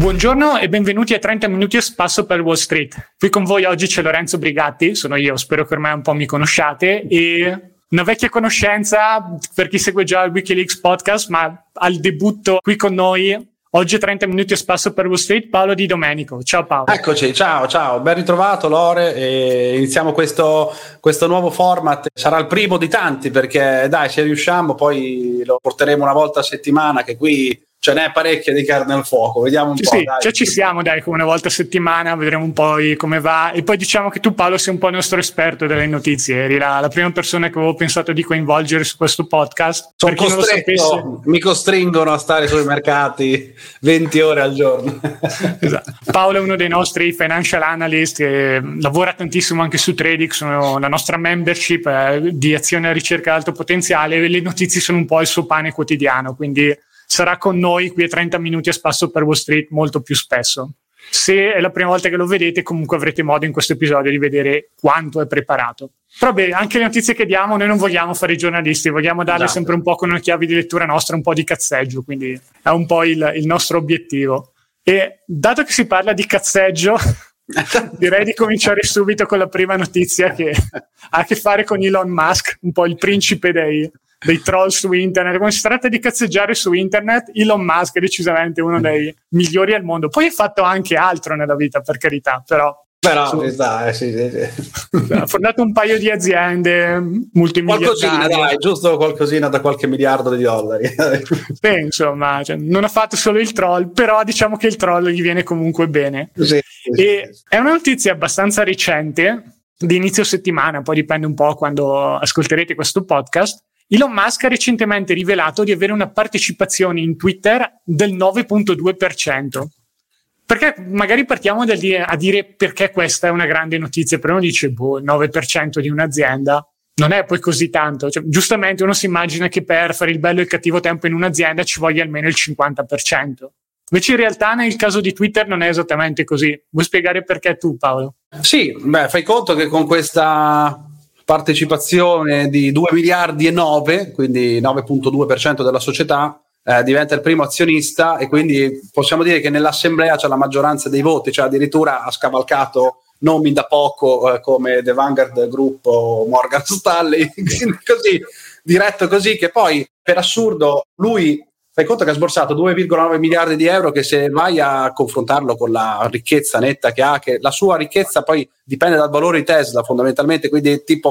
Buongiorno e benvenuti a 30 minuti a spasso per Wall Street. Qui con voi oggi c'è Lorenzo Brigatti, sono io, spero che ormai un po' mi conosciate, e una vecchia conoscenza per chi segue già il Wikileaks podcast, ma al debutto qui con noi, oggi 30 minuti a spasso per Wall Street, Paolo Di Domenico. Ciao Paolo. Eccoci, ciao, ben ritrovato Lore, e iniziamo questo nuovo format. Sarà il primo di tanti perché dai, se riusciamo poi lo porteremo una volta a settimana, che qui ce n'è parecchia di carne al fuoco, vediamo un po'. Sì, dai. Cioè ci siamo, dai, come una volta a settimana, vedremo un po' come va. E poi diciamo che tu, Paolo, sei un po' il nostro esperto delle notizie, eri la prima persona che avevo pensato di coinvolgere su questo podcast. Sono costretto, mi costringono a stare sui mercati 20 ore al giorno. Esatto. Paolo è uno dei nostri financial analyst che lavora tantissimo anche su Trading, sono la nostra membership di azione a ricerca di alto potenziale, e le notizie sono un po' il suo pane quotidiano, quindi sarà con noi qui a 30 minuti a spasso per Wall Street molto più spesso. Se è la prima volta che lo vedete, comunque avrete modo in questo episodio di vedere quanto è preparato. Però beh, anche le notizie che diamo, noi non vogliamo fare i giornalisti, vogliamo darle sempre un po' con una chiave di lettura nostra, un po' di cazzeggio, quindi è un po' il nostro obiettivo. E dato che si parla di cazzeggio, direi di cominciare subito con la prima notizia, che ha a che fare con Elon Musk, un po' il principe dei troll su internet. Quando si tratta di cazzeggiare su internet, Elon Musk è decisamente uno dei migliori al mondo. Poi ha fatto anche altro nella vita, per carità, però sì. Ha fondato un paio di aziende multimiliardarie. Qualcosina, dai, giusto qualcosina da qualche miliardo di dollari. Beh, insomma, non ha fatto solo il troll, però diciamo che il troll gli viene comunque bene. Sì. È una notizia abbastanza recente, di inizio settimana, poi dipende un po' quando ascolterete questo podcast. Elon Musk ha recentemente rivelato di avere una partecipazione in Twitter del 9.2%. Perché magari partiamo a dire perché questa è una grande notizia, però uno dice, il 9% di un'azienda non è poi così tanto. Cioè, giustamente uno si immagina che per fare il bello e il cattivo tempo in un'azienda ci voglia almeno il 50%. Invece in realtà nel caso di Twitter non è esattamente così. Vuoi spiegare perché tu, Paolo? Sì, fai conto che con questa partecipazione di 2 miliardi e 9, quindi 9.2% della società, diventa il primo azionista, e quindi possiamo dire che nell'assemblea c'è la maggioranza dei voti, cioè addirittura ha scavalcato nomi da poco come The Vanguard Group o Morgan Stanley, così diretto così, che poi per assurdo lui, fai conto che ha sborsato 2,9 miliardi di euro, che se vai a confrontarlo con la ricchezza netta che ha, che la sua ricchezza poi dipende dal valore di Tesla fondamentalmente, quindi tipo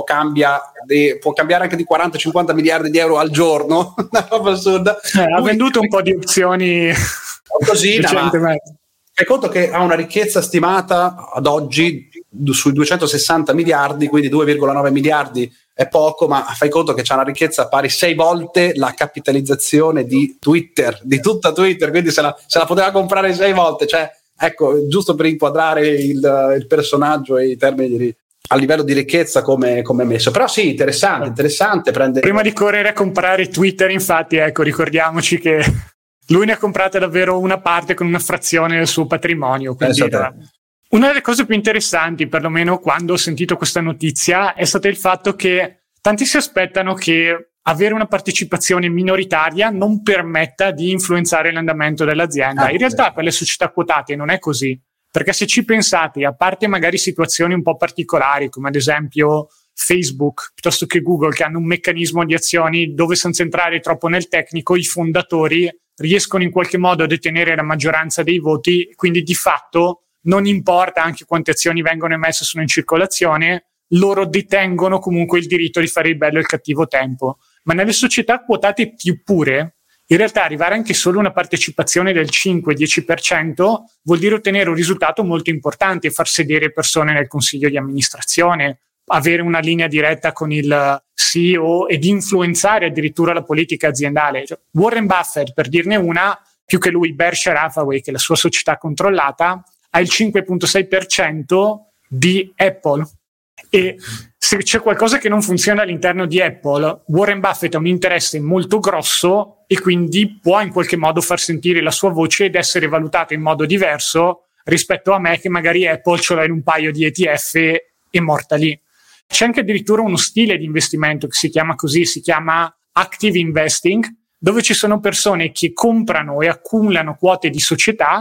può cambiare anche di 40-50 miliardi di euro al giorno, una roba assurda. Ha venduto un po' di opzioni così, recentemente. Fai conto che ha una ricchezza stimata ad oggi sui 260 miliardi, quindi 2,9 miliardi è poco, ma fai conto che c'ha una ricchezza pari 6 volte la capitalizzazione di Twitter, di tutta Twitter, quindi se la poteva comprare 6 volte, cioè ecco, giusto per inquadrare il personaggio e i termini a livello di ricchezza come è messo. Però sì, interessante Prima di correre a comprare Twitter, infatti, ecco, ricordiamoci che lui ne ha comprata davvero una parte con una frazione del suo patrimonio, quindi una delle cose più interessanti, perlomeno quando ho sentito questa notizia, è stato il fatto che tanti si aspettano che avere una partecipazione minoritaria non permetta di influenzare l'andamento dell'azienda. In realtà per le società quotate non è così, perché se ci pensate, a parte magari situazioni un po' particolari, come ad esempio Facebook piuttosto che Google, che hanno un meccanismo di azioni dove, senza entrare troppo nel tecnico, i fondatori riescono in qualche modo a detenere la maggioranza dei voti, quindi di fatto non importa anche quante azioni vengono emesse, sono in circolazione, loro detengono comunque il diritto di fare il bello e il cattivo tempo. Ma nelle società quotate più pure, in realtà arrivare anche solo una partecipazione del 5-10% vuol dire ottenere un risultato molto importante, far sedere persone nel consiglio di amministrazione, avere una linea diretta con il CEO ed influenzare addirittura la politica aziendale. Cioè, Warren Buffett, per dirne una, più che lui Berkshire Hathaway, che è la sua società controllata, ha il 5.6% di Apple. E se c'è qualcosa che non funziona all'interno di Apple, Warren Buffett ha un interesse molto grosso e quindi può in qualche modo far sentire la sua voce ed essere valutato in modo diverso rispetto a me, che magari Apple ce l'ha in un paio di ETF e morta lì. C'è anche addirittura uno stile di investimento che si chiama così, si chiama active investing, dove ci sono persone che comprano e accumulano quote di società,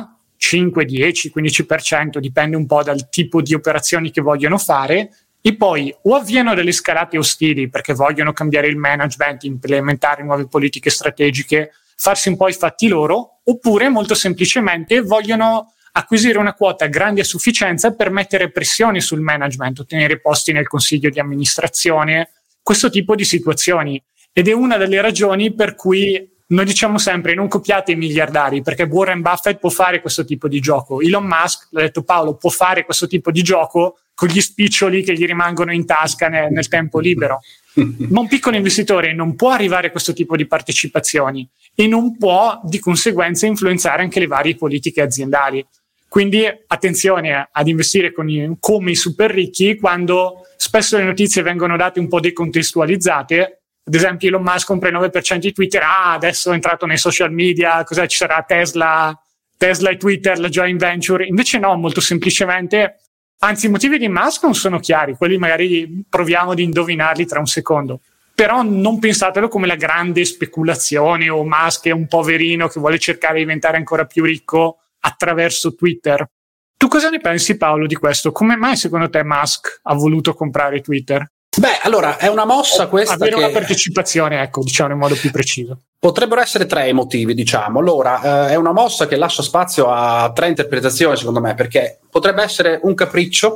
5, 10, 15%, dipende un po' dal tipo di operazioni che vogliono fare, e poi o avviano delle scalate ostili perché vogliono cambiare il management, implementare nuove politiche strategiche, farsi un po' i fatti loro, oppure molto semplicemente vogliono acquisire una quota grande a sufficienza per mettere pressione sul management, ottenere posti nel consiglio di amministrazione, questo tipo di situazioni. Ed è una delle ragioni per cui noi diciamo sempre non copiate i miliardari, perché Warren Buffett può fare questo tipo di gioco, Elon Musk, l'ha detto Paolo, può fare questo tipo di gioco con gli spiccioli che gli rimangono in tasca nel tempo libero. Ma un piccolo investitore non può arrivare a questo tipo di partecipazioni e non può di conseguenza influenzare anche le varie politiche aziendali. Quindi attenzione ad investire come i super ricchi, quando spesso le notizie vengono date un po' decontestualizzate. Ad esempio Elon Musk compra il 9% di Twitter, adesso è entrato nei social media, cosa ci sarà Tesla e Twitter, la joint venture. Invece no, molto semplicemente, anzi i motivi di Musk non sono chiari, quelli magari proviamo ad indovinarli tra un secondo. Però non pensatelo come la grande speculazione o Musk è un poverino che vuole cercare di diventare ancora più ricco attraverso Twitter. Tu cosa ne pensi, Paolo, di questo? Come mai secondo te Musk ha voluto comprare Twitter? Beh, allora, è una mossa questa avere una partecipazione, ecco, diciamo in modo più preciso. Potrebbero essere 3 i motivi, diciamo. Allora, è una mossa che lascia spazio a 3 interpretazioni, secondo me, perché potrebbe essere un capriccio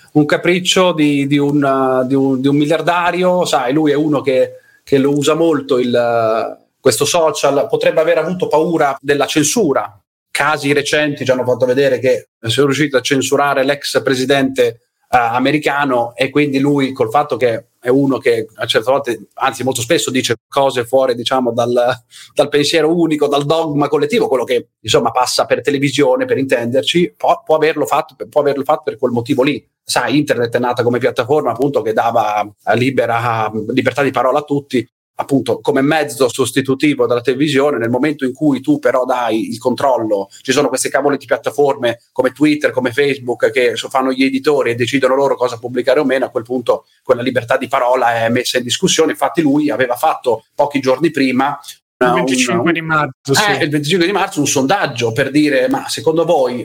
di un miliardario, sai, lui è uno che lo usa molto questo social, potrebbe aver avuto paura della censura. Casi recenti ci hanno fatto vedere che si è riuscito a censurare l'ex presidente americano, e quindi lui, col fatto che è uno che a certe volte, anzi molto spesso, dice cose fuori, diciamo, dal pensiero unico, dal dogma collettivo, quello che insomma passa per televisione, per intenderci, può averlo fatto per quel motivo lì. Sai, internet è nata come piattaforma appunto che dava libertà di parola a tutti, appunto come mezzo sostitutivo della televisione. Nel momento in cui tu però dai il controllo, ci sono queste cavole di piattaforme come Twitter, come Facebook, che fanno gli editori e decidono loro cosa pubblicare o meno, a quel punto quella libertà di parola è messa in discussione. Infatti lui aveva fatto pochi giorni prima il 25 di marzo il 25 di marzo un sondaggio per dire: ma secondo voi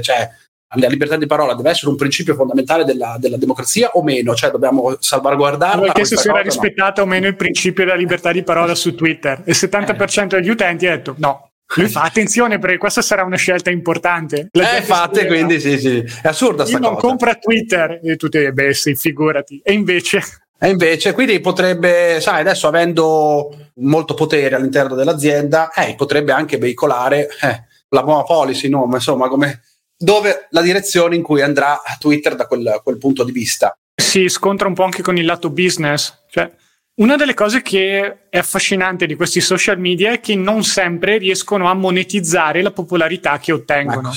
la libertà di parola deve essere un principio fondamentale della democrazia o meno? Cioè dobbiamo salvaguardarla? Aveva chiesto se era rispettato o meno il principio della libertà di parola su Twitter, e il 70% degli utenti ha detto no. Lui fa attenzione perché questa sarà una scelta importante. Infatti, quindi sì, è assurda sta cosa. Non compra Twitter e tu sì, figurati. E invece quindi potrebbe, sai, adesso avendo molto potere all'interno dell'azienda, potrebbe anche veicolare la nuova policy, no? Insomma, come dove la direzione in cui andrà Twitter da quel punto di vista. Si scontra un po' anche con il lato business. Cioè, una delle cose che è affascinante di questi social media è che non sempre riescono a monetizzare la popolarità che ottengono.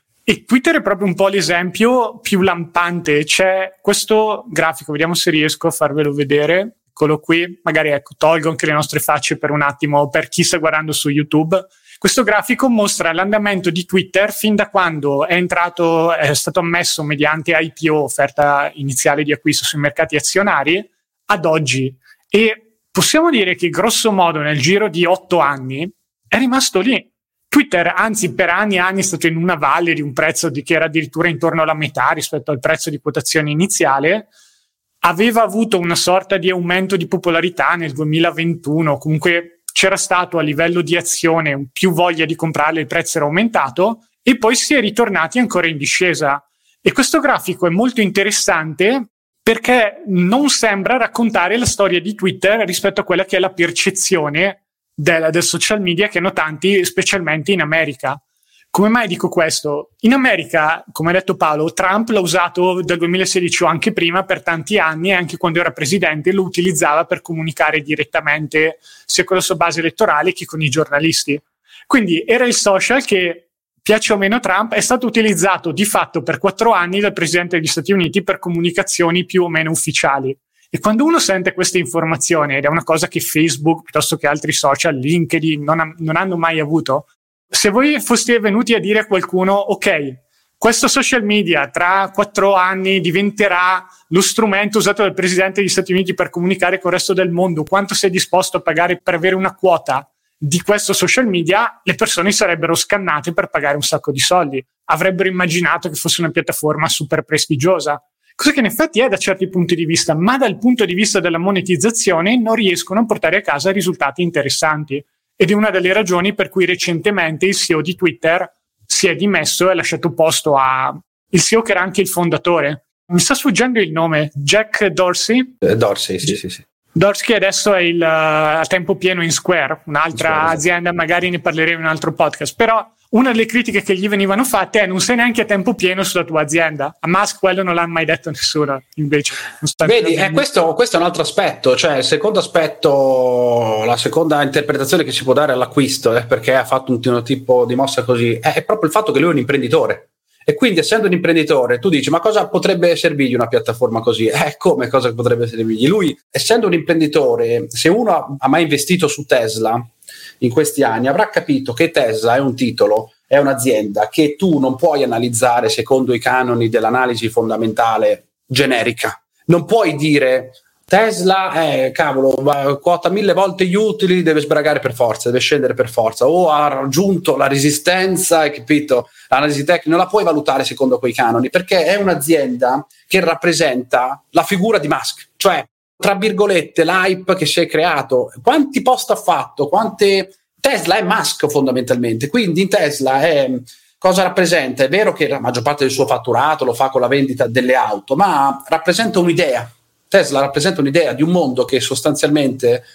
E Twitter è proprio un po' l'esempio più lampante. C'è questo grafico, vediamo se riesco a farvelo vedere. Eccolo qui, magari tolgo anche le nostre facce per un attimo per chi sta guardando su YouTube. Questo grafico mostra l'andamento di Twitter fin da quando è stato ammesso mediante IPO, offerta iniziale di acquisto sui mercati azionari, ad oggi. E possiamo dire che grosso modo nel giro di 8 anni è rimasto lì. Twitter, anzi per anni e anni, è stato in una valle di un prezzo che era addirittura intorno alla metà rispetto al prezzo di quotazione iniziale. Aveva avuto una sorta di aumento di popolarità nel 2021, comunque c'era stato a livello di azione più voglia di comprarle, il prezzo era aumentato e poi si è ritornati ancora in discesa. E questo grafico è molto interessante perché non sembra raccontare la storia di Twitter rispetto a quella che è la percezione del social media che hanno tanti, specialmente in America. Come mai dico questo? In America, come ha detto Paolo, Trump l'ha usato dal 2016 o anche prima per tanti anni, e anche quando era presidente lo utilizzava per comunicare direttamente sia con la sua base elettorale che con i giornalisti. Quindi era il social che, piace o meno Trump, è stato utilizzato di fatto per 4 anni dal presidente degli Stati Uniti per comunicazioni più o meno ufficiali. E quando uno sente queste informazioni, ed è una cosa che Facebook, piuttosto che altri social, LinkedIn, non hanno mai avuto, se voi foste venuti a dire a qualcuno: ok, questo social media tra 4 anni diventerà lo strumento usato dal presidente degli Stati Uniti per comunicare con il resto del mondo, quanto sei disposto a pagare per avere una quota di questo social media? Le persone sarebbero scannate per pagare un sacco di soldi. avrebbero immaginato che fosse una piattaforma super prestigiosa, cosa che in effetti è da certi punti di vista, ma dal punto di vista della monetizzazione non riescono a portare a casa risultati interessanti. Ed è una delle ragioni per cui recentemente il CEO di Twitter si è dimesso e ha lasciato posto a il CEO che era anche il fondatore. Mi sta sfuggendo il nome, Jack Dorsey? Dorsey, sì. Dorsey adesso è a tempo pieno in Square, un'altra azienda, magari ne parleremo in un altro podcast, però una delle critiche che gli venivano fatte è non sei neanche a tempo pieno sulla tua azienda. A Musk quello non l'ha mai detto nessuno, invece. Vedi, questo è un altro aspetto, cioè il secondo aspetto, la seconda interpretazione che si può dare all'acquisto, perché ha fatto un tipo di mossa così, è proprio il fatto che lui è un imprenditore. E quindi, essendo un imprenditore, tu dici, ma cosa potrebbe servirgli una piattaforma così? Come cosa potrebbe servirgli? Lui, essendo un imprenditore, se uno ha mai investito su Tesla in questi anni, avrà capito che Tesla è un titolo, è un'azienda che tu non puoi analizzare secondo i canoni dell'analisi fondamentale generica. Non puoi dire Tesla quota 1000 volte gli utili, deve sbragare per forza, deve scendere per forza, o ha raggiunto la resistenza, hai capito? L'analisi tecnica non la puoi valutare secondo quei canoni, perché è un'azienda che rappresenta la figura di Musk, cioè tra virgolette l'hype che si è creato. Quanti post ha fatto? Tesla è Musk fondamentalmente, quindi in Tesla cosa rappresenta? È vero che la maggior parte del suo fatturato lo fa con la vendita delle auto, ma rappresenta un'idea. Tesla rappresenta un'idea di un mondo che sostanzialmente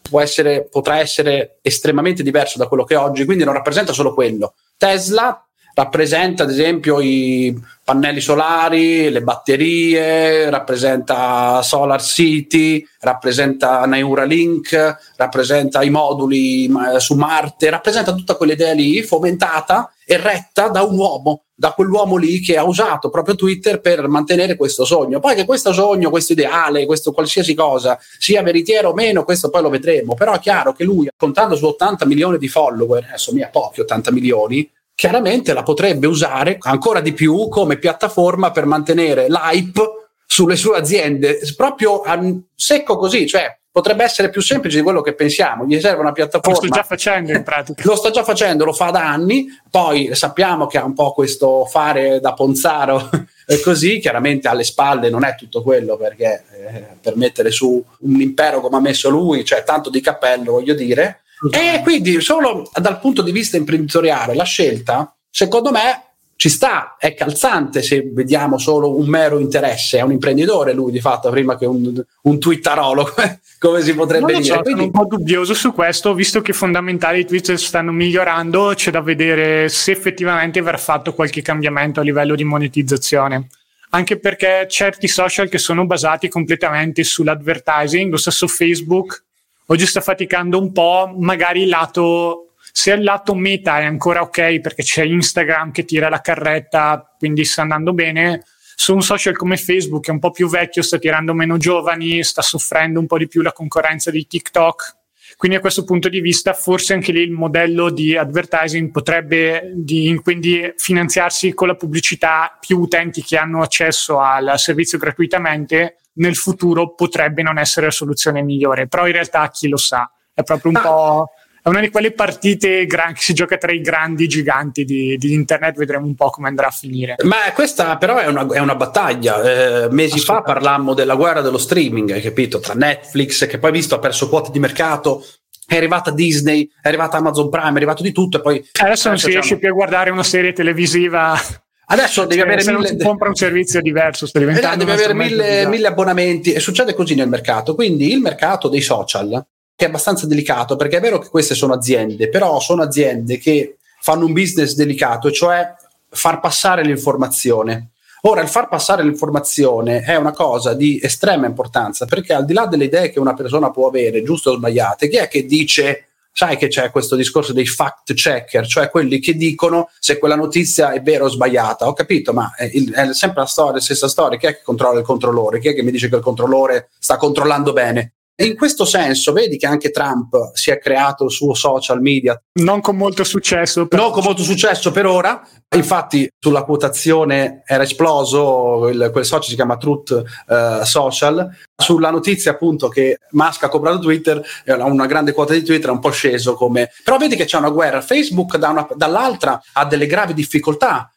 potrà essere estremamente diverso da quello che è oggi, quindi non rappresenta solo quello. Tesla rappresenta ad esempio i pannelli solari, le batterie, rappresenta Solar City, rappresenta Neuralink, rappresenta i moduli su Marte, rappresenta tutta quell'idea lì fomentata e retta da un uomo, da quell'uomo lì che ha usato proprio Twitter per mantenere questo sogno. Poi che questo sogno, questo ideale, questo qualsiasi cosa sia veritiero o meno, questo poi lo vedremo, però è chiaro che lui, contando su 80 milioni di follower, assomiglia a pochi 80 milioni, chiaramente la potrebbe usare ancora di più come piattaforma per mantenere l'hype sulle sue aziende, proprio a secco così, cioè potrebbe essere più semplice di quello che pensiamo. Gli serve una piattaforma. Lo sto già facendo in pratica. Lo sta già facendo, lo fa da anni. Poi sappiamo che ha un po' questo fare da Ponzaro e così. Chiaramente alle spalle non è tutto quello, perché per mettere su un impero come ha messo lui, cioè tanto di cappello, voglio dire. E quindi solo dal punto di vista imprenditoriale la scelta, secondo me, ci sta, è calzante se vediamo solo un mero interesse. È un imprenditore lui di fatto, prima che un twittarolo, come si potrebbe dire. Quindi... sono un po' dubbioso su questo, visto che fondamentali i Twitter stanno migliorando, c'è da vedere se effettivamente verrà fatto qualche cambiamento a livello di monetizzazione, anche perché certi social che sono basati completamente sull'advertising, lo stesso Facebook oggi sta faticando un po', magari se il lato meta è ancora ok perché c'è Instagram che tira la carretta, quindi sta andando bene, su un social come Facebook che è un po' più vecchio, sta tirando meno giovani, sta soffrendo un po' di più la concorrenza di TikTok. Quindi a questo punto di vista forse anche lì il modello di advertising potrebbe quindi finanziarsi con la pubblicità, più utenti che hanno accesso al servizio gratuitamente, nel futuro potrebbe non essere la soluzione migliore, però in realtà chi lo sa, è proprio un po'... è una di quelle partite che si gioca tra i grandi giganti di internet, vedremo un po' come andrà a finire. Ma questa però è una battaglia. Mesi fa parlammo della guerra dello streaming, hai capito? Tra Netflix, che poi visto ha perso quote di mercato, è arrivata Disney, è arrivata Amazon Prime, è arrivato di tutto e poi... Adesso non si riesce più a guardare una serie televisiva... Adesso devi avere se non si compra un servizio diverso, sta diventando devi avere mille abbonamenti e succede così nel mercato. Quindi il mercato dei social che è abbastanza delicato, perché è vero che queste sono aziende, però sono aziende che fanno un business delicato, cioè far passare l'informazione. Ora, il far passare l'informazione è una cosa di estrema importanza, perché al di là delle idee che una persona può avere, giuste o sbagliate, chi è che dice, sai che c'è questo discorso dei fact checker, cioè quelli che dicono se quella notizia è vera o sbagliata. Ho capito, ma è sempre la stessa storia. Chi è che controlla il controllore? Chi è che mi dice che il controllore sta controllando bene? In questo senso vedi che anche Trump si è creato il suo social media non con molto successo per ora. Infatti sulla quotazione era esploso quel social, si chiama Truth Social. Sulla notizia appunto che Musk ha comprato Twitter, una grande quota di Twitter è un po' sceso come... Però vedi che c'è una guerra. Facebook dall'altra ha delle gravi difficoltà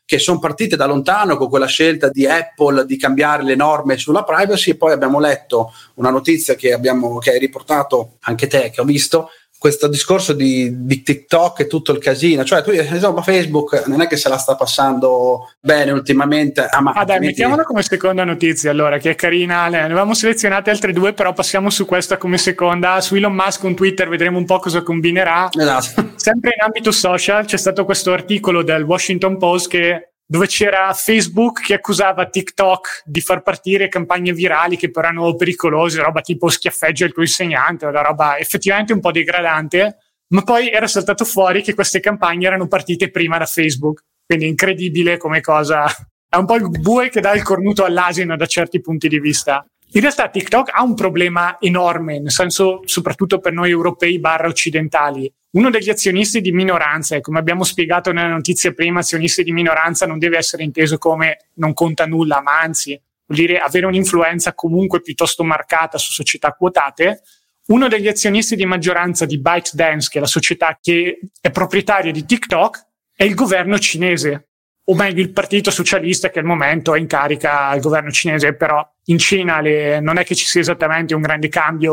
che sono partite da lontano con quella scelta di Apple di cambiare le norme sulla privacy, e poi abbiamo letto una notizia che hai riportato anche te, che ho visto, questo discorso di TikTok e tutto il casino, cioè tu, insomma, Facebook non è che se la sta passando bene ultimamente. Dai, mettiamola come seconda notizia allora, che è carina. Ne avevamo selezionate altre due, però passiamo su questa come seconda. Su Elon Musk con Twitter vedremo un po' cosa combinerà. Esatto. Sempre in ambito social c'è stato questo articolo del Washington Post dove c'era Facebook che accusava TikTok di far partire campagne virali che però erano pericolose, roba tipo schiaffeggia il tuo insegnante, una roba effettivamente un po' degradante, ma poi era saltato fuori che queste campagne erano partite prima da Facebook, quindi incredibile come cosa. È un po' il bue che dà il cornuto all'asino da certi punti di vista. In realtà TikTok ha un problema enorme, nel senso, soprattutto per noi europei / occidentali. Uno degli azionisti di minoranza, e come abbiamo spiegato nella notizia prima, azionisti di minoranza non deve essere inteso come non conta nulla, ma anzi vuol dire avere un'influenza comunque piuttosto marcata su società quotate. Uno degli azionisti di maggioranza di ByteDance, che è la società che è proprietaria di TikTok, è il governo cinese, o meglio il partito socialista che al momento è in carica al governo cinese, però in Cina non è che ci sia esattamente un grande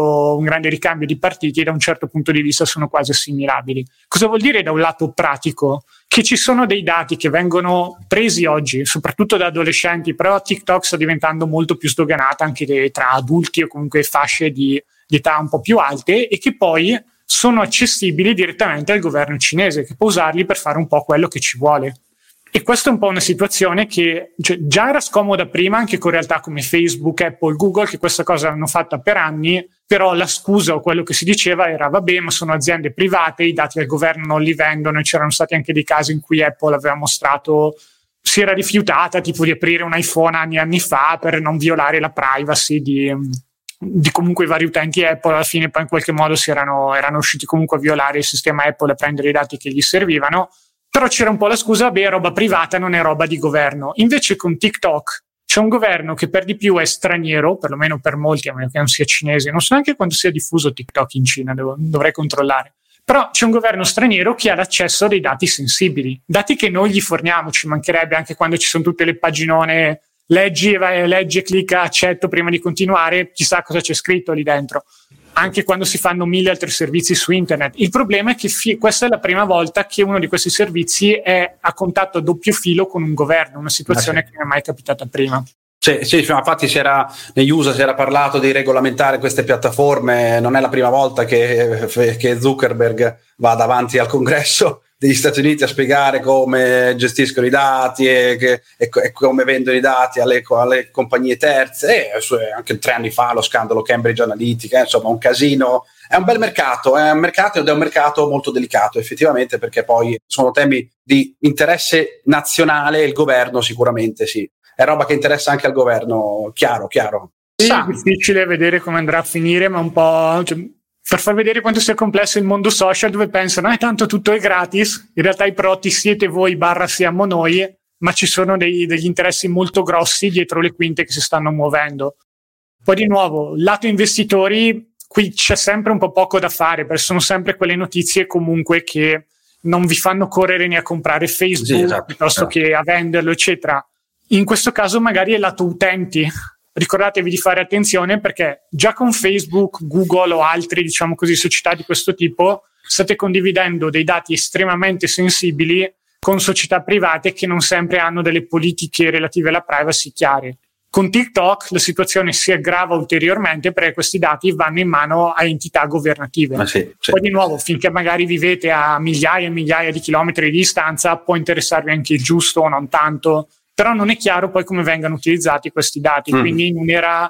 ricambio di partiti, da un certo punto di vista sono quasi assimilabili. Cosa vuol dire da un lato pratico? Che ci sono dei dati che vengono presi oggi, soprattutto da adolescenti, però TikTok sta diventando molto più sdoganata anche tra adulti o comunque fasce di età un po' più alte, e che poi sono accessibili direttamente al governo cinese, che può usarli per fare un po' quello che ci vuole. E questa è un po' una situazione che già era scomoda prima, anche con realtà come Facebook, Apple, Google, che questa cosa l'hanno fatta per anni, però la scusa o quello che si diceva era vabbè, ma sono aziende private, i dati del governo non li vendono, e c'erano stati anche dei casi in cui Apple aveva mostrato, si era rifiutata tipo di aprire un iPhone anni fa per non violare la privacy di comunque i vari utenti Apple. Alla fine poi in qualche modo erano riusciti comunque a violare il sistema Apple e prendere i dati che gli servivano. Però c'era un po' la scusa, è roba privata, non è roba di governo. Invece con TikTok c'è un governo che per di più è straniero, perlomeno per molti, a meno che non sia cinese. Non so neanche quando sia diffuso TikTok in Cina, dovrei controllare. Però c'è un governo straniero che ha l'accesso a dei dati sensibili, dati che noi gli forniamo, ci mancherebbe anche quando ci sono tutte le paginone, leggi, clicca, accetto prima di continuare, chissà cosa c'è scritto lì dentro. Anche quando si fanno 1000 altri servizi su internet. Il problema è che questa è la prima volta che uno di questi servizi è a contatto a doppio filo con un governo, una situazione che non è mai capitata prima. Sì, infatti negli USA si era parlato di regolamentare queste piattaforme, non è la prima volta che Zuckerberg va davanti al Congresso degli Stati Uniti a spiegare come gestiscono i dati e come vendono i dati alle compagnie terze, e anche 3 anni fa lo scandalo Cambridge Analytica, insomma un casino. È un bel mercato, ed è un mercato molto delicato effettivamente, perché poi sono temi di interesse nazionale e il governo sicuramente sì. È roba che interessa anche al governo, chiaro. Sì, è difficile vedere come andrà a finire, ma un po'... per far vedere quanto sia complesso il mondo social, dove pensano tanto tutto è gratis, in realtà i prodotti siete voi / siamo noi, ma ci sono degli interessi molto grossi dietro le quinte che si stanno muovendo. Poi di nuovo, lato investitori, qui c'è sempre un po' poco da fare, perché sono sempre quelle notizie comunque che non vi fanno correre né a comprare Facebook, sì, esatto, piuttosto che a venderlo, eccetera. In questo caso magari è lato utenti. Ricordatevi di fare attenzione, perché già con Facebook, Google o altri, diciamo così, società di questo tipo, state condividendo dei dati estremamente sensibili con società private che non sempre hanno delle politiche relative alla privacy chiare. Con TikTok la situazione si aggrava ulteriormente, perché questi dati vanno in mano a entità governative. Sì. Poi di nuovo, finché magari vivete a migliaia e migliaia di chilometri di distanza, può interessarvi anche il giusto o non tanto, però non è chiaro poi come vengano utilizzati questi dati. Quindi in un'era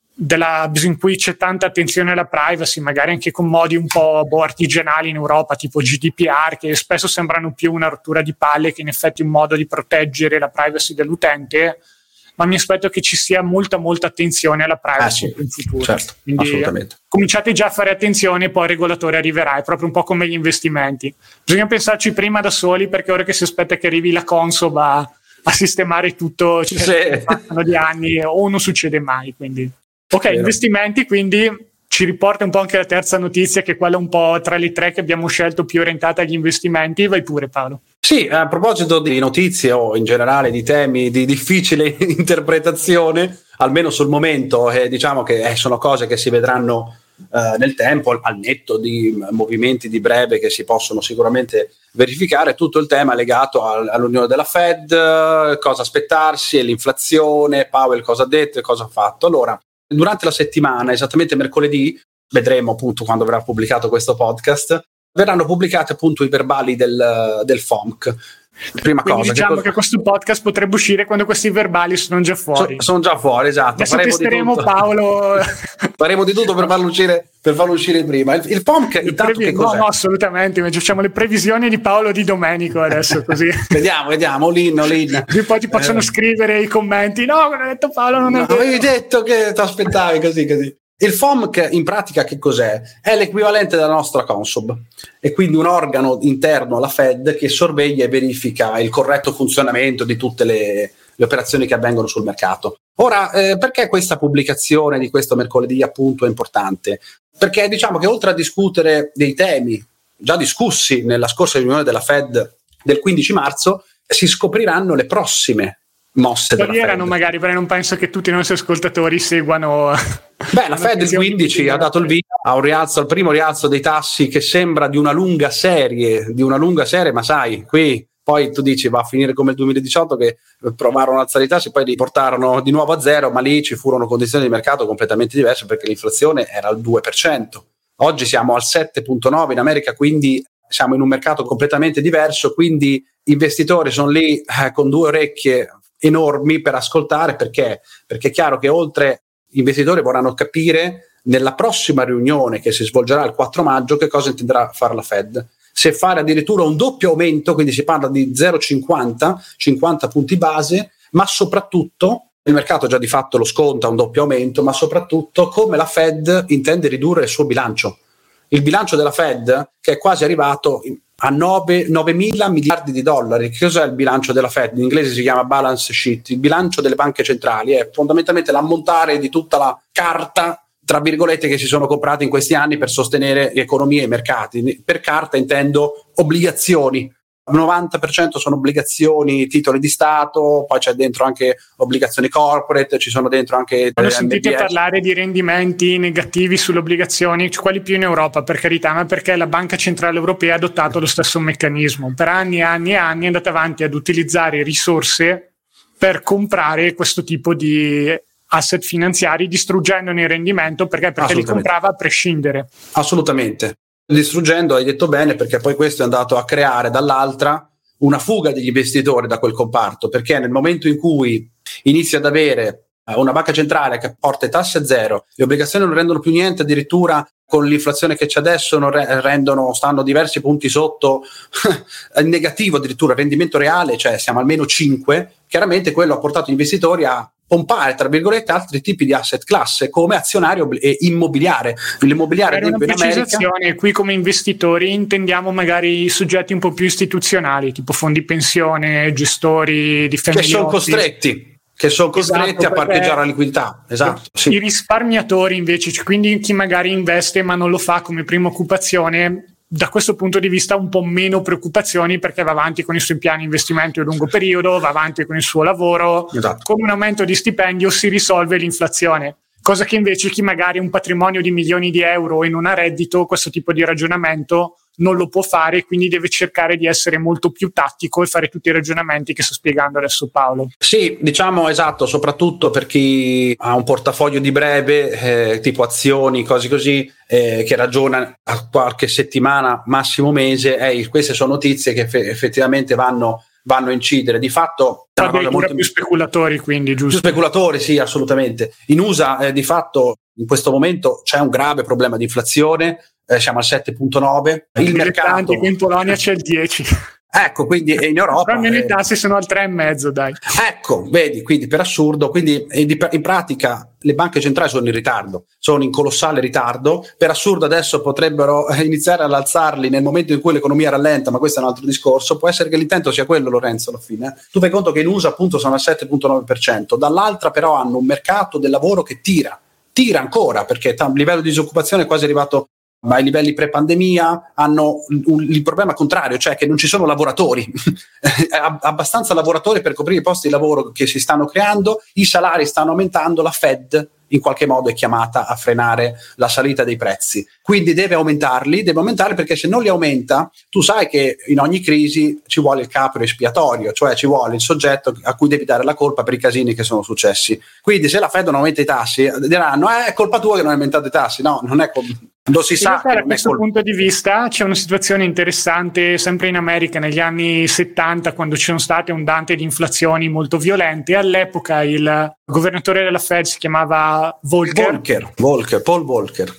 in cui c'è tanta attenzione alla privacy, magari anche con modi un po' artigianali in Europa, tipo GDPR, che spesso sembrano più una rottura di palle che in effetti un modo di proteggere la privacy dell'utente, ma mi aspetto che ci sia molta attenzione alla privacy in futuro. Certo, quindi assolutamente. Cominciate già a fare attenzione, poi il regolatore arriverà. È proprio un po' come gli investimenti, bisogna pensarci prima da soli, perché ora che si aspetta che arrivi la Consob a sistemare tutto, passano di anni o non succede mai. Quindi investimenti, quindi ci riporta un po' anche la terza notizia, che è quella un po' tra le 3 che abbiamo scelto più orientata agli investimenti. Vai pure, Paolo. Sì, a proposito di notizie o in generale di temi di difficile interpretazione, almeno sul momento, diciamo che sono cose che si vedranno nel tempo, al netto di movimenti di breve che si possono sicuramente verificare. Tutto il tema legato all'unione della Fed, cosa aspettarsi, l'inflazione, Powell cosa ha detto e cosa ha fatto. Allora, durante la settimana, esattamente mercoledì, vedremo appunto quando verrà pubblicato questo podcast, verranno pubblicati appunto i verbali del FOMC. Prima Quindi cosa, diciamo che questo podcast potrebbe uscire quando questi verbali sono già fuori. Sono già fuori, esatto. Adesso testeremo Paolo. Faremo di tutto per farlo uscire prima. Il FOMC intanto che cos'è? No, assolutamente. Facciamo le previsioni di Paolo di Domenico adesso, così. vediamo, all-in. E poi ti possono scrivere i commenti. No, come ha detto Paolo, non è vero. Avevi detto che ti aspettavi così. Il FOMC in pratica che cos'è? È l'equivalente della nostra Consob, e quindi un organo interno alla Fed che sorveglia e verifica il corretto funzionamento di tutte le operazioni che avvengono sul mercato. Ora, perché questa pubblicazione di questo mercoledì appunto è importante? Perché diciamo che oltre a discutere dei temi già discussi nella scorsa riunione della Fed del 15 marzo, si scopriranno le prossime mosse della erano Fed. Magari, perché non penso che tutti i nostri ascoltatori seguano. La Fed il 15 ha dato il via a un rialzo, al primo rialzo dei tassi che sembra di una lunga serie, ma sai, qui poi tu dici va a finire come il 2018 che provarono ad alzare i tassi, poi li portarono di nuovo a zero, ma lì ci furono condizioni di mercato completamente diverse perché l'inflazione era al 2%. Oggi siamo al 7,9% in America, quindi siamo in un mercato completamente diverso, quindi investitori sono lì con due orecchie enormi per ascoltare, perché è chiaro che oltre gli investitori vorranno capire nella prossima riunione che si svolgerà il 4 maggio che cosa intenderà fare la Fed, se fare addirittura un doppio aumento, quindi si parla di 0,50 punti base, ma soprattutto il mercato già di fatto lo sconta un doppio aumento, ma soprattutto come la Fed intende ridurre il suo bilancio. Il bilancio della Fed che è quasi arrivato a 9 mila miliardi di dollari. Che cos'è il bilancio della Fed? In inglese si chiama balance sheet. Il bilancio delle banche centrali è fondamentalmente l'ammontare di tutta la carta, tra virgolette, che si sono comprate in questi anni per sostenere l'economia e i mercati. Per carta intendo obbligazioni. Il 90% sono obbligazioni, titoli di Stato, poi c'è dentro anche obbligazioni corporate, ci sono dentro anche Quando sentite parlare di rendimenti negativi sulle obbligazioni, quali più in Europa, per carità, ma perché la Banca Centrale Europea ha adottato lo stesso meccanismo. Per anni e anni e anni è andata avanti ad utilizzare risorse per comprare questo tipo di asset finanziari, distruggendone il rendimento perché li comprava a prescindere. Assolutamente. Distruggendo, hai detto bene, perché poi questo è andato a creare dall'altra una fuga degli investitori da quel comparto, perché nel momento in cui inizi ad avere una banca centrale che porta i tassi a zero, le obbligazioni non rendono più niente, addirittura con l'inflazione che c'è adesso stanno diversi punti sotto in negativo, addirittura rendimento reale, cioè siamo almeno 5, chiaramente quello ha portato gli investitori a pompare, tra virgolette, altri tipi di asset class come azionario e immobiliare. L'immobiliare per una precisazione, qui come investitori intendiamo magari soggetti un po' più istituzionali, tipo fondi pensione, gestori di family che sono costretti a parcheggiare la liquidità. Esatto, sì. I risparmiatori invece, quindi chi magari investe ma non lo fa come prima occupazione, da questo punto di vista un po' meno preoccupazioni, perché va avanti con i suoi piani di investimento a lungo periodo, va avanti con il suo lavoro. Esatto. Con un aumento di stipendio si risolve l'inflazione, cosa che invece chi magari ha un patrimonio di milioni di euro e non ha reddito, questo tipo di ragionamento non lo può fare, quindi deve cercare di essere molto più tattico e fare tutti i ragionamenti che sto spiegando adesso Paolo. Sì, diciamo esatto, soprattutto per chi ha un portafoglio di breve, tipo azioni, cose così, che ragiona a qualche settimana, massimo mese, queste sono notizie che effettivamente vanno a incidere. Di fatto più speculatori, quindi giusto? Più speculatori, sì, assolutamente. In USA di fatto in questo momento c'è un grave problema di inflazione, siamo al 7,9%. Il mercato qui in Polonia c'è il 10%. Ecco, quindi in Europa almeno i tassi sono al 3,5%, dai. Ecco, vedi, quindi per assurdo, quindi in pratica le banche centrali sono in ritardo, sono in colossale ritardo. Per assurdo adesso potrebbero iniziare ad alzarli nel momento in cui l'economia rallenta, ma questo è un altro discorso. Può essere che l'intento sia quello, Lorenzo, alla fine. Tu fai conto che in USA appunto sono al 7,9%, dall'altra però hanno un mercato del lavoro che tira ancora, perché il livello di disoccupazione è quasi arrivato ai livelli pre-pandemia hanno il problema contrario, cioè che non ci sono lavoratori, abbastanza lavoratori per coprire i posti di lavoro che si stanno creando, i salari stanno aumentando, la Fed in qualche modo è chiamata a frenare la salita dei prezzi, quindi deve aumentarli perché se non li aumenta, tu sai che in ogni crisi ci vuole il capro espiatorio, cioè ci vuole il soggetto a cui devi dare la colpa per i casini che sono successi. Quindi se la Fed non aumenta i tassi, diranno è colpa tua che non hai aumentato i tassi. No, non è lo si sa. Da questo punto di vista c'è una situazione interessante sempre in America negli anni 70, quando ci sono state ondate di inflazioni molto violente. All'epoca il governatore della Fed si chiamava Paul Volcker.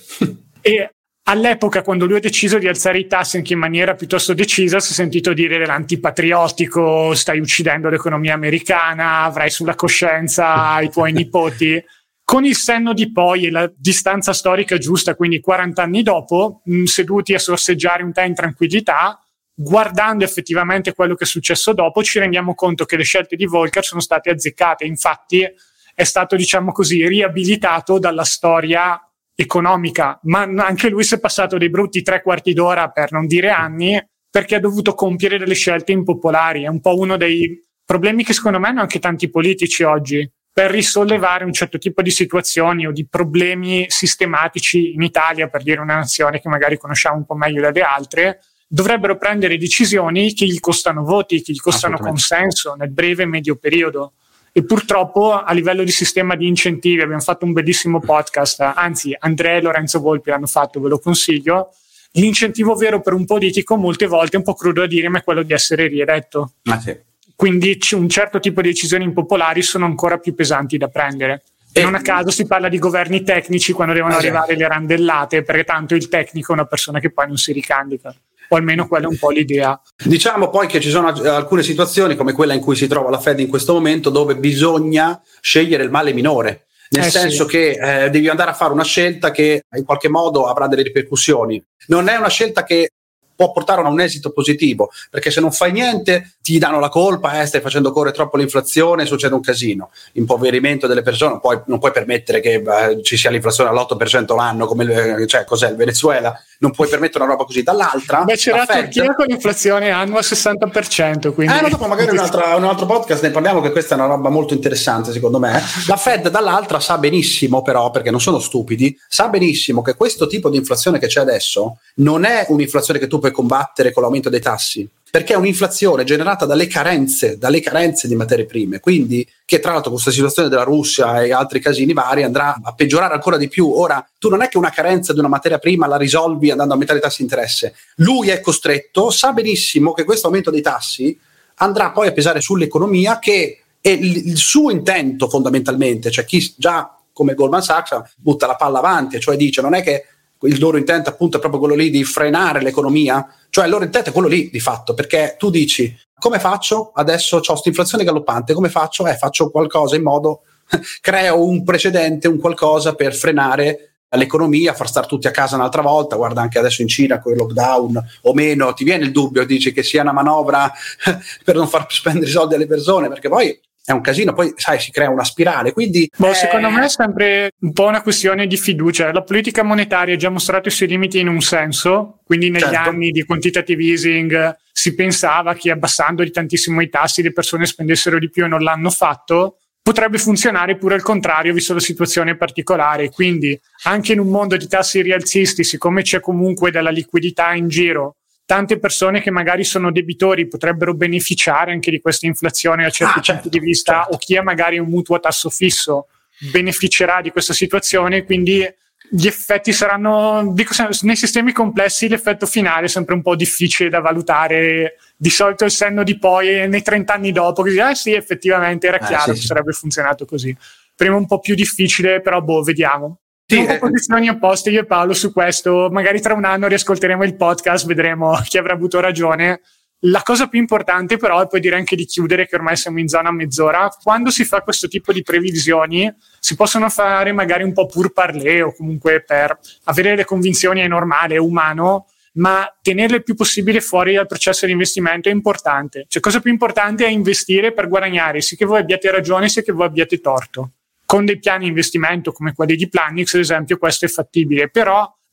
E all'epoca, quando lui ha deciso di alzare i tassi anche in maniera piuttosto decisa, si è sentito dire dell'antipatriottico, stai uccidendo l'economia americana, avrai sulla coscienza i tuoi nipoti. Con il senno di poi e la distanza storica giusta, quindi 40 anni dopo, seduti a sorseggiare un tè in tranquillità, guardando effettivamente quello che è successo dopo, ci rendiamo conto che le scelte di Volcker sono state azzeccate. Infatti è stato, diciamo così, riabilitato dalla storia economica, ma anche lui si è passato dei brutti 3/4 d'ora, per non dire anni, perché ha dovuto compiere delle scelte impopolari. È un po' uno dei problemi che secondo me hanno anche tanti politici oggi, per risollevare un certo tipo di situazioni o di problemi sistematici in Italia, per dire una nazione che magari conosciamo un po' meglio dalle altre, dovrebbero prendere decisioni che gli costano voti, che gli costano consenso nel breve e medio periodo. E purtroppo a livello di sistema di incentivi abbiamo fatto un bellissimo podcast, anzi Andrea e Lorenzo Volpi l'hanno fatto, ve lo consiglio. L'incentivo vero per un politico molte volte è un po' crudo a dire, ma è quello di essere rieletto. Sì. Quindi un certo tipo di decisioni impopolari sono ancora più pesanti da prendere. E non a caso si parla di governi tecnici quando devono arrivare le randellate, perché tanto il tecnico è una persona che poi non si ricandida. O almeno quella è un po' l'idea. Diciamo poi che ci sono alcune situazioni, come quella in cui si trova la Fed in questo momento, dove bisogna scegliere il male minore. Nel senso che devi andare a fare una scelta che in qualche modo avrà delle ripercussioni. Non è una scelta che può portare a un esito positivo, perché se non fai niente ti danno la colpa, stai facendo correre troppo l'inflazione, succede un casino, impoverimento delle persone, non puoi permettere che ci sia l'inflazione all'8% l'anno, come cioè cos'è il Venezuela, non puoi permettere una roba così. Dall'altra c'era la Turchia con l'inflazione annua al 60%, quindi dopo magari un altro podcast ne parliamo, che questa è una roba molto interessante secondo me. La Fed dall'altra sa benissimo, però, perché non sono stupidi, sa benissimo che questo tipo di inflazione che c'è adesso non è un'inflazione che tu puoi combattere con l'aumento dei tassi, perché è un'inflazione generata dalle carenze di materie prime, quindi che tra l'altro questa situazione della Russia e altri casini vari andrà a peggiorare ancora di più. Ora, tu non è che una carenza di una materia prima la risolvi andando a aumentare i tassi di interesse, lui è costretto, sa benissimo che questo aumento dei tassi andrà poi a pesare sull'economia, che è il suo intento fondamentalmente, cioè chi già come Goldman Sachs butta la palla avanti, cioè dice non è che il loro intento appunto è proprio quello lì di frenare l'economia, cioè il loro intento è quello lì di fatto, perché tu dici come faccio? Adesso ho questa inflazione galoppante, come faccio? Faccio qualcosa in modo, creo un precedente, un qualcosa per frenare l'economia, far stare tutti a casa un'altra volta. Guarda anche adesso in Cina con il lockdown o meno, ti viene il dubbio, dici che sia una manovra per non far spendere i soldi alle persone, perché poi è un casino, poi sai si crea una spirale, quindi secondo me è sempre un po' una questione di fiducia. La politica monetaria ha già mostrato i suoi limiti in un senso, quindi negli anni di quantitative easing si pensava che abbassando di tantissimo i tassi le persone spendessero di più e non l'hanno fatto. Potrebbe funzionare pure al contrario, visto la situazione particolare. Quindi anche in un mondo di tassi rialzisti, siccome c'è comunque della liquidità in giro, tante persone che magari sono debitori potrebbero beneficiare anche di questa inflazione da certi punti di vista, o chi ha magari un mutuo a tasso fisso beneficerà di questa situazione. Quindi gli effetti saranno, nei sistemi complessi l'effetto finale è sempre un po' difficile da valutare. Di solito il senno di poi nei 30 anni dopo che sì, effettivamente era chiaro che sarebbe funzionato così. Prima un po' più difficile, però vediamo. Siamo posizioni opposte io e Paolo su questo. Magari tra un anno riascolteremo il podcast, vedremo chi avrà avuto ragione. La cosa più importante però, e poi direi anche di chiudere che ormai siamo in zona mezz'ora, quando si fa questo tipo di previsioni si possono fare magari un po' pur parler, o comunque per avere le convinzioni è normale, è umano, ma tenerle il più possibile fuori dal processo di investimento è importante. Cioè, cosa più importante è investire per guadagnare, sia che voi abbiate ragione sia che voi abbiate torto. Con dei piani di investimento come quelli di Planix, ad esempio, questo è fattibile, però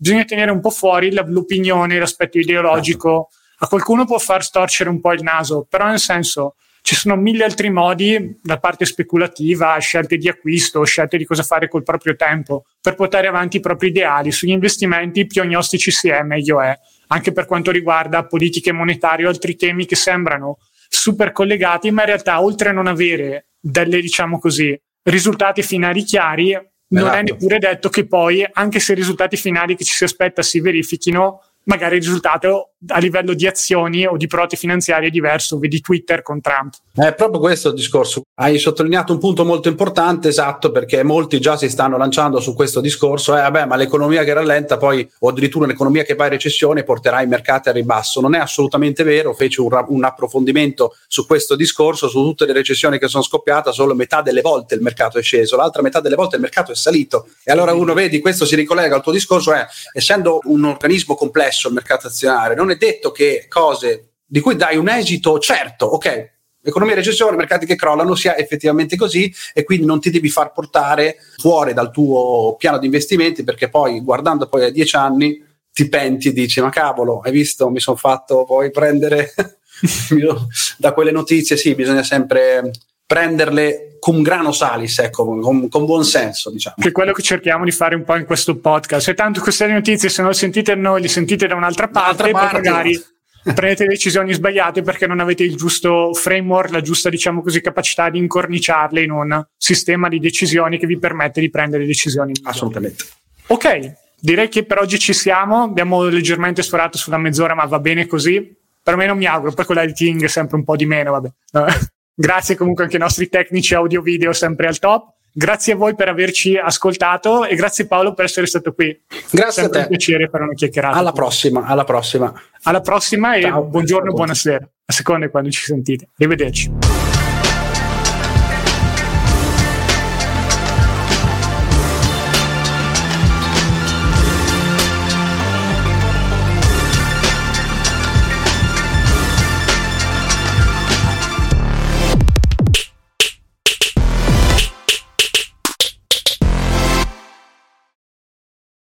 bisogna tenere un po' fuori l'opinione, l'aspetto ideologico. A qualcuno può far storcere un po' il naso, però nel senso ci sono 1000 altri modi, da parte speculativa, scelte di acquisto, scelte di cosa fare col proprio tempo, per portare avanti i propri ideali. Sugli investimenti più agnostici si è, meglio è, anche per quanto riguarda politiche monetarie o altri temi che sembrano super collegati, ma in realtà oltre a non avere delle, diciamo così, risultati finali chiari, non è neppure detto che poi, anche se i risultati finali che ci si aspetta si verifichino, magari il risultato a livello di azioni o di prodotti finanziari è diverso, vedi Twitter con Trump. È proprio questo il discorso. Hai sottolineato un punto molto importante, esatto, perché molti già si stanno lanciando su questo discorso. Ma l'economia che rallenta poi, o addirittura un'economia che va in recessione, porterà i mercati al ribasso. Non è assolutamente vero. Feci un approfondimento su questo discorso, su tutte le recessioni che sono scoppiate, solo metà delle volte il mercato è sceso, l'altra metà delle volte il mercato è salito. E allora uno vedi, questo si ricollega al tuo discorso, essendo un organismo complesso il mercato azionario, non è detto che cose di cui dai un esito certo, ok, economia e recessione, mercati che crollano, sia effettivamente così, e quindi non ti devi far portare fuori dal tuo piano di investimenti, perché poi guardando poi a 10 anni ti penti e dici: ma cavolo, hai visto, mi sono fatto poi prendere da quelle notizie. Sì, bisogna sempre prenderle cum grano salis, ecco, con buon senso, diciamo. Che è quello che cerchiamo di fare un po' in questo podcast. E tanto queste notizie, se non le sentite noi, le sentite da un'altra parte, poi magari prendete decisioni sbagliate perché non avete il giusto framework, la giusta, diciamo così, capacità di incorniciarle in un sistema di decisioni che vi permette di prendere decisioni. Assolutamente. Ok, direi che per oggi ci siamo. Abbiamo leggermente sforato sulla mezz'ora, ma va bene così. Perlomeno mi auguro, poi con l'editing sempre un po' di meno, vabbè. Grazie comunque anche ai nostri tecnici audio-video sempre al top. Grazie a voi per averci ascoltato e grazie Paolo per essere stato qui. Grazie sempre a te. Un piacere fare una chiacchierata. Alla prossima. Alla prossima e ciao, buongiorno, buonasera. A seconda di quando ci sentite. Arrivederci.